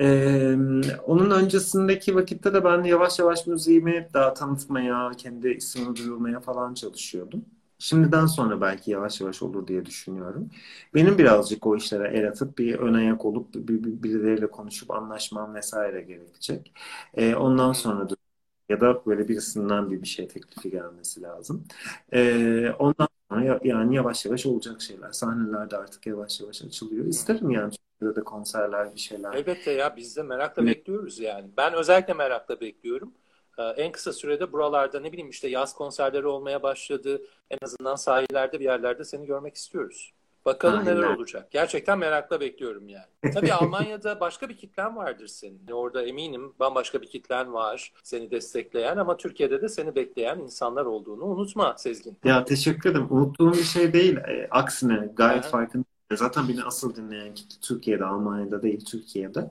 [SPEAKER 3] Onun öncesindeki vakitte de ben yavaş yavaş müziğimi daha tanıtmaya, kendi ismimi duyurmaya falan çalışıyordum. Şimdiden sonra belki yavaş yavaş olur diye düşünüyorum. Benim birazcık o işlere el atıp bir ön ayak olup birileriyle konuşup anlaşmam vesaire gerekecek. Ondan
[SPEAKER 2] Hı.
[SPEAKER 3] sonra ya da böyle birisinden bir şey teklifi gelmesi lazım. Ondan sonra yani yavaş yavaş olacak şeyler. Sahnelerde artık yavaş yavaş açılıyor.
[SPEAKER 2] Hı hı.
[SPEAKER 3] İsterim yani Türkiye'de de konserler bir şeyler.
[SPEAKER 2] Elbette ya, biz de merakla bekliyoruz yani. Ben özellikle merakla bekliyorum. En kısa sürede buralarda ne bileyim işte yaz konserleri olmaya başladı. En azından sahillerde bir yerlerde seni görmek istiyoruz. Bakalım neler
[SPEAKER 3] Sahiller.
[SPEAKER 2] olacak. Gerçekten merakla bekliyorum yani. Tabii Almanya'da başka bir kitlen vardır senin. Orada eminim bambaşka bir kitlen var seni destekleyen, ama Türkiye'de de seni bekleyen insanlar olduğunu unutma Sezgin.
[SPEAKER 3] Ya teşekkür ederim. Unuttuğum bir şey değil. Aksine gayet
[SPEAKER 2] Aha.
[SPEAKER 3] farkındayım. Zaten beni asıl dinleyen kitle Türkiye'de, Almanya'da değil Türkiye'de.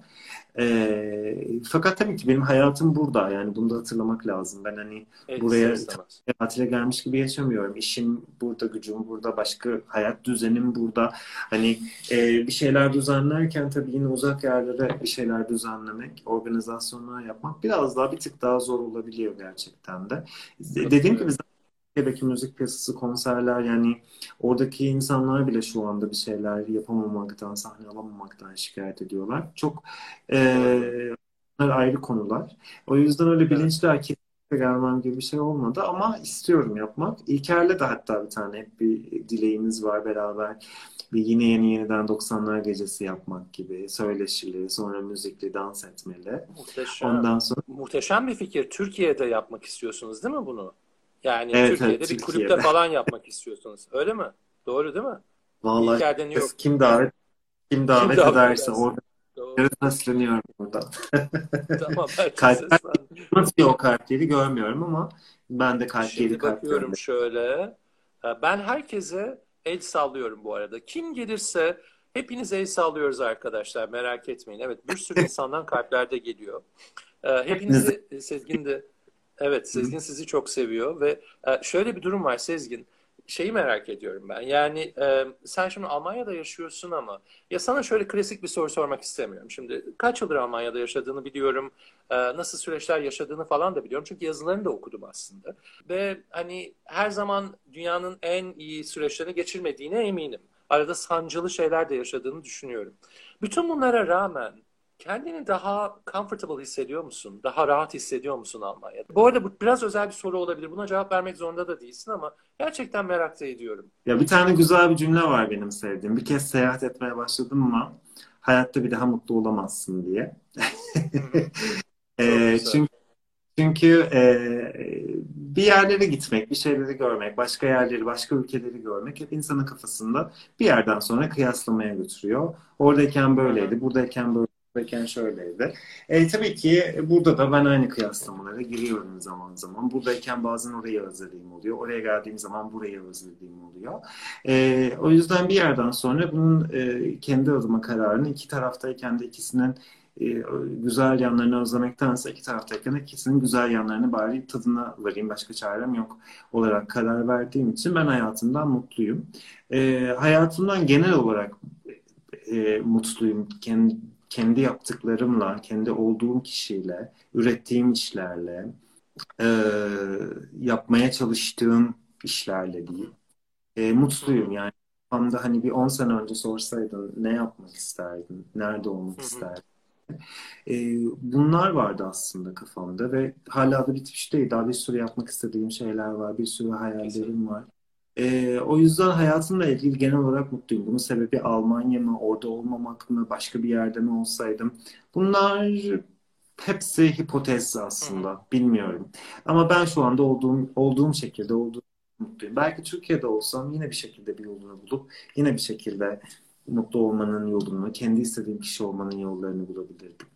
[SPEAKER 3] Fakat tabii ki benim hayatım burada. Yani bunu da hatırlamak lazım. Ben hani
[SPEAKER 2] İster
[SPEAKER 3] buraya
[SPEAKER 2] istemez.
[SPEAKER 3] tatile gelmiş gibi yaşamıyorum. İşim burada, gücüm burada, başka hayat düzenim burada. Hani bir şeyler düzenlerken tabii yine uzak yerlere bir şeyler düzenlemek, organizasyonlar yapmak biraz daha bir tık daha zor olabiliyor gerçekten de. Dediğim gibi
[SPEAKER 2] Katılıyorum.
[SPEAKER 3] Türkiye'deki müzik piyasası, konserler yani oradaki insanlar bile şu anda bir şeyler yapamamaktan, sahne alamamaktan şikayet ediyorlar. Çok
[SPEAKER 2] Doğru.
[SPEAKER 3] bunlar ayrı konular. O yüzden öyle
[SPEAKER 2] Evet.
[SPEAKER 3] bilinçli hareket gelmem gibi bir şey olmadı ama istiyorum yapmak. İlker'le de hatta bir tane hep bir dileğimiz var beraber. Bir yine yeniden 90'lar gecesi yapmak gibi. Söyleşili, sonra müzikli, dans etmeli.
[SPEAKER 2] Muhteşem.
[SPEAKER 3] Ondan sonra
[SPEAKER 2] Muhteşem bir fikir. Türkiye'de yapmak istiyorsunuz değil mi bunu? Yani
[SPEAKER 3] evet, evet,
[SPEAKER 2] Türkiye'de bir kulüpte
[SPEAKER 3] Türkiye'de.
[SPEAKER 2] falan yapmak istiyorsunuz. Öyle mi? Doğru değil mi?
[SPEAKER 3] Vallahi
[SPEAKER 2] İlker'de New York.
[SPEAKER 3] kim
[SPEAKER 2] Kim
[SPEAKER 3] davet
[SPEAKER 2] davet
[SPEAKER 3] ederse
[SPEAKER 2] ederse.
[SPEAKER 3] orada
[SPEAKER 2] Doğru.
[SPEAKER 3] sesleniyorum buradan.
[SPEAKER 2] Tamam, belki
[SPEAKER 3] Kalpler
[SPEAKER 2] seslen.
[SPEAKER 3] nasıl o kalpleri görmüyorum ama ben de kalp geri
[SPEAKER 2] Şimdi
[SPEAKER 3] kalp
[SPEAKER 2] bakıyorum
[SPEAKER 3] gönderiyorum.
[SPEAKER 2] şöyle. Ben herkese el sallıyorum bu arada. Kim gelirse hepiniz el sallıyoruz arkadaşlar. Merak etmeyin. Evet, bir sürü insandan kalpler de geliyor.
[SPEAKER 3] Hepinize
[SPEAKER 2] Hepinizi Sezgin de Evet,
[SPEAKER 3] Hı.
[SPEAKER 2] Sezgin sizi çok seviyor ve şöyle bir durum var Sezgin. Şeyi merak ediyorum ben. Yani sen şimdi Almanya'da yaşıyorsun ama ya sana şöyle klasik bir soru sormak istemiyorum. Şimdi kaç yıldır Almanya'da yaşadığını biliyorum. Nasıl süreçler yaşadığını falan da biliyorum. Çünkü yazılarını da okudum aslında. Ve hani her zaman dünyanın en iyi süreçlerini geçirmediğine eminim. Arada sancılı şeyler de yaşadığını düşünüyorum. Bütün bunlara rağmen kendini daha comfortable hissediyor musun? Daha rahat hissediyor musun Almanya'da? Bu arada bu biraz özel bir soru olabilir. Buna cevap vermek zorunda da değilsin ama gerçekten merak da ediyorum.
[SPEAKER 3] Ya bir tane güzel bir cümle var benim sevdiğim. Bir kez seyahat etmeye başladım mı hayatta bir daha mutlu olamazsın diye.
[SPEAKER 2] Hı hı. Çok
[SPEAKER 3] E,
[SPEAKER 2] güzel.
[SPEAKER 3] çünkü çünkü bir yerlere gitmek, bir şeyleri görmek, başka yerleri, başka ülkeleri görmek hep insanın kafasında bir yerden sonra kıyaslamaya götürüyor. Oradayken
[SPEAKER 2] Hı hı.
[SPEAKER 3] böyleydi, buradayken böyle, buradayken şöyleydi. Tabii ki burada da ben aynı kıyaslamalara giriyorum zaman zaman. Buradayken bazen orayı özlediğim oluyor. Oraya geldiğim zaman burayı özlediğim oluyor. O yüzden bir yerden sonra bunun kendi adıma kararını iki taraftayken de ikisinin güzel yanlarını özlemektense iki taraftayken ikisinin güzel yanlarını bari tadına varayım, başka çarem yok olarak karar verdiğim için ben hayatımdan mutluyum. Hayatımdan genel olarak mutluyum. Kendi yaptıklarımla, kendi olduğum kişiyle, ürettiğim işlerle, e, yapmaya çalıştığım işlerle değil.
[SPEAKER 2] Hı
[SPEAKER 3] Mutluyum
[SPEAKER 2] hı.
[SPEAKER 3] yani. Kafamda hani bir 10 sene önce sorsaydın ne yapmak isterdin, nerede olmak
[SPEAKER 2] Hı hı.
[SPEAKER 3] isterdin? Bunlar vardı aslında kafamda ve hala da bitmiş değil. Daha bir sürü yapmak istediğim şeyler var, bir sürü
[SPEAKER 2] Kesinlikle.
[SPEAKER 3] hayallerim var. O yüzden hayatımla ilgili genel olarak mutluyum. Bunun sebebi Almanya mı, orada olmamak mı, başka bir yerde mi olsaydım? Bunlar hepsi hipotez
[SPEAKER 2] Hı hı.
[SPEAKER 3] aslında, bilmiyorum. Ama ben şu anda olduğum şekilde olduğum mutluyum. Belki Türkiye'de olsam yine bir şekilde bir yolunu bulup yine bir şekilde mutlu olmanın yolunu, kendi istediğim kişi olmanın yollarını bulabilirdim.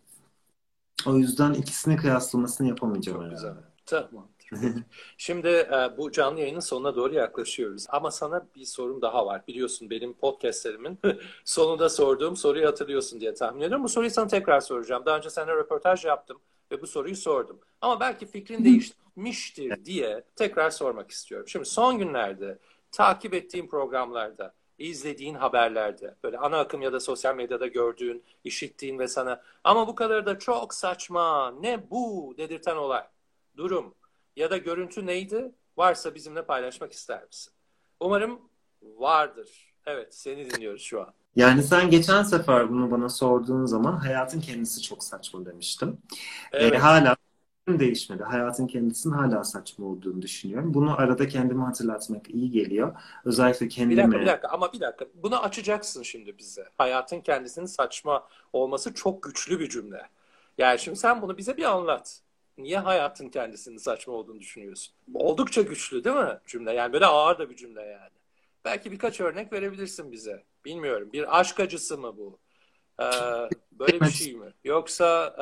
[SPEAKER 3] O yüzden ikisini kıyaslamasını yapamayacağım
[SPEAKER 2] Çok güzel.
[SPEAKER 3] herhalde.
[SPEAKER 2] Tamamdır. Peki. Şimdi bu canlı yayının sonuna doğru yaklaşıyoruz. Ama sana bir sorum daha var. Biliyorsun benim podcastlerimin sonunda sorduğum soruyu hatırlıyorsun diye tahmin ediyorum. Bu soruyu sana tekrar soracağım. Daha önce seninle röportaj yaptım ve bu soruyu sordum. Ama belki fikrin değişmiştir diye tekrar sormak istiyorum. Şimdi son günlerde takip ettiğim programlarda, izlediğin haberlerde, böyle ana akım ya da sosyal medyada gördüğün, işittiğin ve sana ama bu kadar da çok saçma, ne bu dedirten olay, durum ya da görüntü neydi? Varsa bizimle paylaşmak ister misin? Umarım vardır. Evet, seni dinliyoruz şu an.
[SPEAKER 3] Yani sen geçen sefer bunu bana sorduğun zaman hayatın kendisi çok saçma demiştim.
[SPEAKER 2] Evet.
[SPEAKER 3] Hala değişmedi. Hayatın kendisinin hala saçma olduğunu düşünüyorum. Bunu arada kendime hatırlatmak iyi geliyor. Özellikle
[SPEAKER 2] Bir dakika, bir
[SPEAKER 3] kendime.
[SPEAKER 2] dakika ama bir dakika. Bunu açacaksın şimdi bize. Hayatın kendisinin saçma olması çok güçlü bir cümle. Yani şimdi sen bunu bize bir anlat. Niye hayatın kendisinin saçma olduğunu düşünüyorsun? Oldukça güçlü değil mi cümle? Yani böyle ağır da bir cümle yani. Belki birkaç örnek verebilirsin bize. Bilmiyorum. Bir aşk acısı mı bu? Ee, Böyle bir şey mi? Yoksa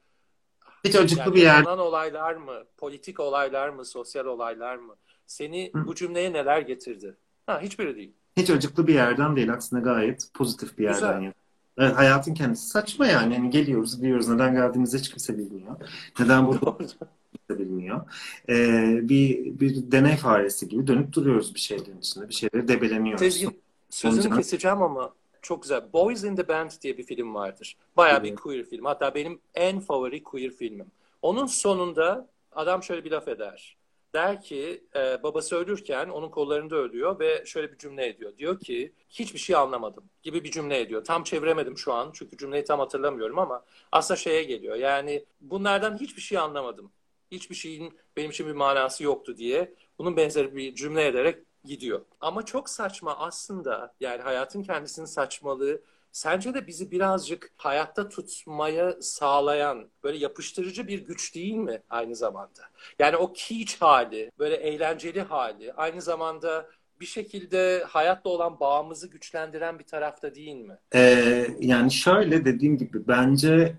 [SPEAKER 3] Hiç acıklı
[SPEAKER 2] yani
[SPEAKER 3] bir yer.
[SPEAKER 2] yaşanan olaylar mı? Politik olaylar mı? Sosyal olaylar mı? Seni bu cümleye neler getirdi? Ha, hiçbiri değil.
[SPEAKER 3] Hiç acıklı bir yerden değil. Aksine gayet pozitif bir yerden
[SPEAKER 2] Güzel.
[SPEAKER 3] yapıyor. Hayatın kendisi saçma yani. Yani geliyoruz, gidiyoruz. Neden geldiğimizi hiç kimse bilmiyor. Neden burada
[SPEAKER 2] Doğru.
[SPEAKER 3] da bilmiyor. Bir deney faresi gibi dönüp duruyoruz bir şeylerin içinde. Bir şeyleri debeleniyoruz.
[SPEAKER 2] Sezgin, sözünü
[SPEAKER 3] Sonucu
[SPEAKER 2] keseceğim ama çok güzel. Boys in the Band diye bir film vardır. Baya bir queer film. Hatta benim en favori queer filmim. Onun sonunda adam şöyle bir laf eder. Der ki babası ölürken onun kollarında ölüyor ve şöyle bir cümle ediyor. Diyor ki hiçbir şey anlamadım gibi bir cümle ediyor. Tam çeviremedim şu an çünkü cümleyi tam hatırlamıyorum ama aslında şeye geliyor. Yani bunlardan hiçbir şey anlamadım. Hiçbir şeyin benim için bir manası yoktu diye bunun benzeri bir cümle ederek gidiyor. Ama çok saçma aslında yani hayatın kendisinin saçmalığı sence de bizi birazcık hayatta tutmaya sağlayan böyle yapıştırıcı bir güç değil mi aynı zamanda? Yani o kitsch hali, böyle eğlenceli hali aynı zamanda bir şekilde hayatla olan bağımızı güçlendiren bir tarafta değil mi?
[SPEAKER 3] Yani şöyle dediğim gibi bence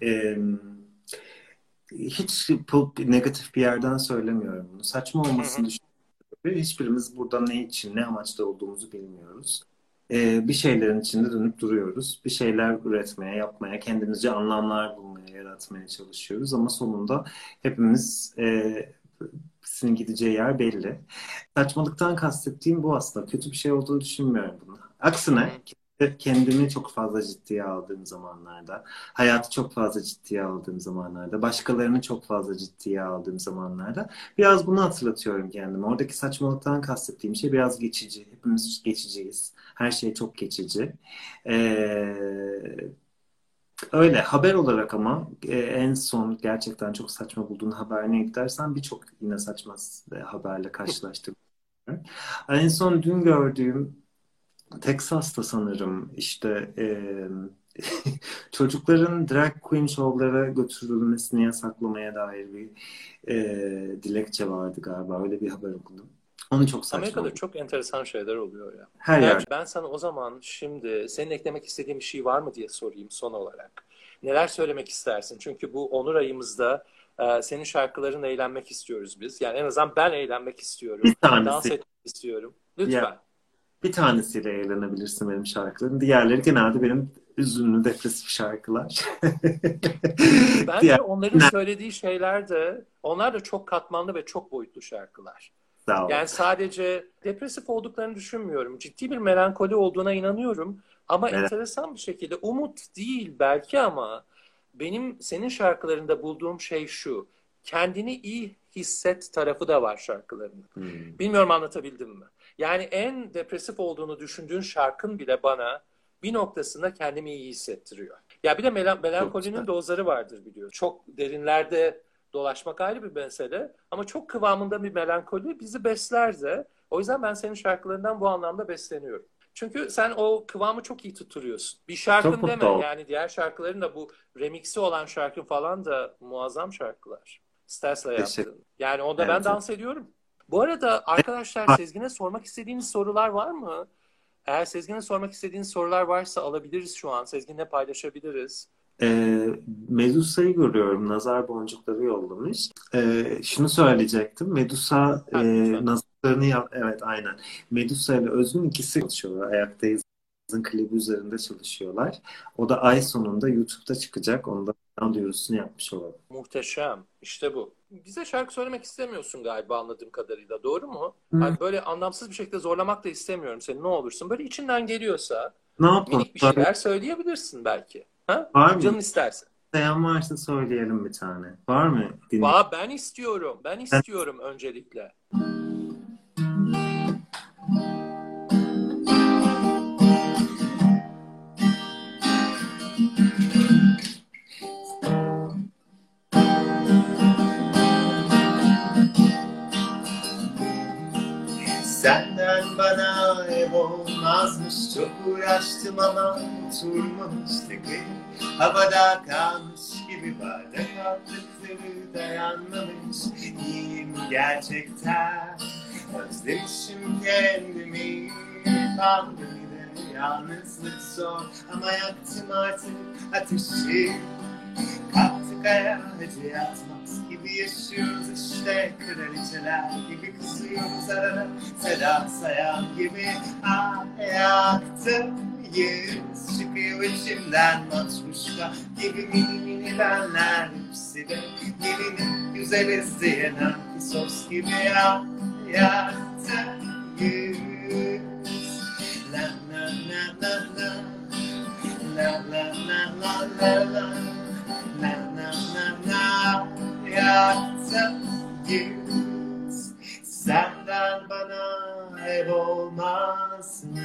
[SPEAKER 3] hiç negatif bir yerden söylemiyorum bunu. Saçma
[SPEAKER 2] Hı
[SPEAKER 3] olmasını
[SPEAKER 2] hı.
[SPEAKER 3] düşünüyorum. Hiçbirimiz burada ne için, ne amaçta olduğumuzu bilmiyoruz. Bir şeylerin içinde dönüp duruyoruz. Bir şeyler üretmeye, yapmaya, kendimizce anlamlar bulmaya, yaratmaya çalışıyoruz. Ama sonunda hepimiz hepsinin gideceği yer belli. Saçmalıktan kastettiğim bu aslında. Kötü bir şey olduğunu düşünmüyorum bunu. Aksine kendimi çok fazla ciddiye aldığım zamanlarda, hayatı çok fazla ciddiye aldığım zamanlarda, başkalarını çok fazla ciddiye aldığım zamanlarda biraz bunu hatırlatıyorum kendime. Oradaki saçmalıktan kastettiğim şey biraz geçici. Hepimiz geçiciyiz. Her şey çok geçici. Öyle haber olarak ama en son gerçekten çok saçma bulduğun haber neydi dersen birçok yine saçma haberle karşılaştım. En son dün gördüğüm Texas'ta sanırım işte çocukların drag queen şovlara götürülmesini yasaklamaya dair bir dilekçe vardı galiba. Öyle bir haber okudum. Onu çok saçma
[SPEAKER 2] Amerika'da
[SPEAKER 3] buldum.
[SPEAKER 2] çok enteresan şeyler oluyor ya.
[SPEAKER 3] Her yer.
[SPEAKER 2] Ben sana o zaman şimdi senin eklemek istediğin bir şey var mı diye sorayım son olarak. Neler söylemek istersin? Çünkü bu Onur ayımızda senin şarkılarınla eğlenmek istiyoruz biz. Yani en azından ben eğlenmek istiyorum.
[SPEAKER 3] Bir
[SPEAKER 2] Dans
[SPEAKER 3] tanesi.
[SPEAKER 2] etmek istiyorum. Lütfen.
[SPEAKER 3] Bir tanesiyle eğlenebilirsin benim şarkılarım. Diğerleri genelde benim üzünlü, depresif şarkılar.
[SPEAKER 2] Bence onların söylediği şeyler de, onlar da çok katmanlı ve çok boyutlu şarkılar.
[SPEAKER 3] Sağ ol.
[SPEAKER 2] Yani sadece depresif olduklarını düşünmüyorum. Ciddi bir melankoli olduğuna inanıyorum. Ama enteresan bir şekilde umut değil belki ama benim senin şarkılarında bulduğum şey şu. Kendini iyi hisset tarafı da var şarkılarında. Bilmiyorum anlatabildim mi? Yani en depresif olduğunu düşündüğün şarkın bile bana bir noktasında kendimi iyi hissettiriyor. Ya bir de melankolinin dozları vardır biliyorsun. Çok derinlerde dolaşmak ayrı bir mesele ama çok kıvamında bir melankoli bizi besler de. O yüzden ben senin şarkılarından bu anlamda besleniyorum. Çünkü sen o kıvamı çok iyi tutturuyorsun. Bir şarkın deme yani diğer şarkıların da bu remixi olan şarkın falan da muazzam şarkılar. Stas'la yaptın. Yani onda ben dans ediyorum. Bu arada arkadaşlar Sezgin'e sormak istediğiniz sorular var mı? Eğer Sezgin'e sormak istediğiniz sorular varsa alabiliriz şu an. Sezgin'le paylaşabiliriz.
[SPEAKER 3] Medusa'yı görüyorum. Nazar boncukları yollamış. Şunu söyleyecektim. Medusa nazarlarını evet aynen. Medusa ile Özgün ikisi çalışıyorlar. Ayaktayız'ın klibi üzerinde çalışıyorlar. O da ay sonunda YouTube'da çıkacak. Ondan duyurusunu yapmış olalım.
[SPEAKER 2] Muhteşem. İşte bu. Bize şarkı söylemek istemiyorsun galiba anladığım kadarıyla. Doğru mu? Yani böyle anlamsız bir şekilde zorlamak da istemiyorum seni. Ne olursun. Böyle içinden geliyorsa minik bir şeyler söyleyebilirsin belki. Ha?
[SPEAKER 3] Var mı?
[SPEAKER 2] Canın isterse.
[SPEAKER 3] İsteyen varsa söyleyelim bir tane. Var mı?
[SPEAKER 2] Ben istiyorum. Ben istiyorum öncelikle.
[SPEAKER 3] Senden bana ev olmazmış. Çok uğraştım ama oturmamıştı ki. Havada kalmış gibi bardak altlıkları dayanmamış. İyiyim gerçekten. Özlemişim kendimi. Pandemide yalnızlık zor ama yaktım artık ateşi. Kalktık ayağa hadi yatmaz gibi yaşıyoruz işte. Kraliçeler gibi kızıyoruz arada. Seda sayan gibi yaktım. Yüz çıkıyor içimden matruşka gibi mini mini benler. Hepsi de gelinin güzeliz diye nanki sos gibi yaktım. Yüz la la la la la la la la la la. Na na na na yaktım yüz. Senden bana ev olmaz mı?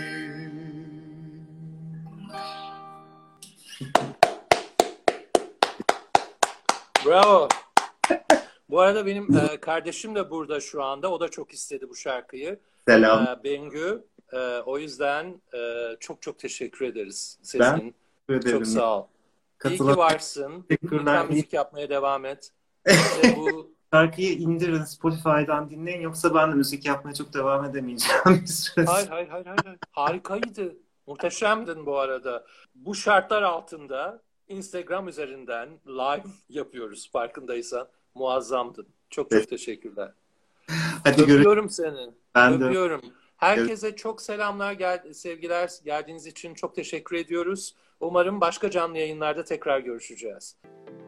[SPEAKER 2] Bravo. Bu arada benim kardeşim de burada şu anda. O da çok istedi bu şarkıyı.
[SPEAKER 3] Selam.
[SPEAKER 2] Bengü. O yüzden çok çok teşekkür ederiz Sezgin. Çok sağ ol. İyi ki varsın. Lütfen müzik yapmaya devam et. Bu
[SPEAKER 3] şarkıyı indirin, Spotify'dan dinleyin yoksa ben de müzik yapmaya çok devam edemeyeceğim bir süre.
[SPEAKER 2] Hayır. Harikaydı. Muhteşemdin bu arada. Bu şartlar altında Instagram üzerinden live yapıyoruz farkındaysan. Muazzamdın. Çok teşekkürler.
[SPEAKER 3] Hadi
[SPEAKER 2] öpüyorum seni.
[SPEAKER 3] Ben
[SPEAKER 2] öpüyorum. Herkese çok selamlar, sevgiler. Geldiğiniz için çok teşekkür ediyoruz. Umarım başka canlı yayınlarda tekrar görüşeceğiz.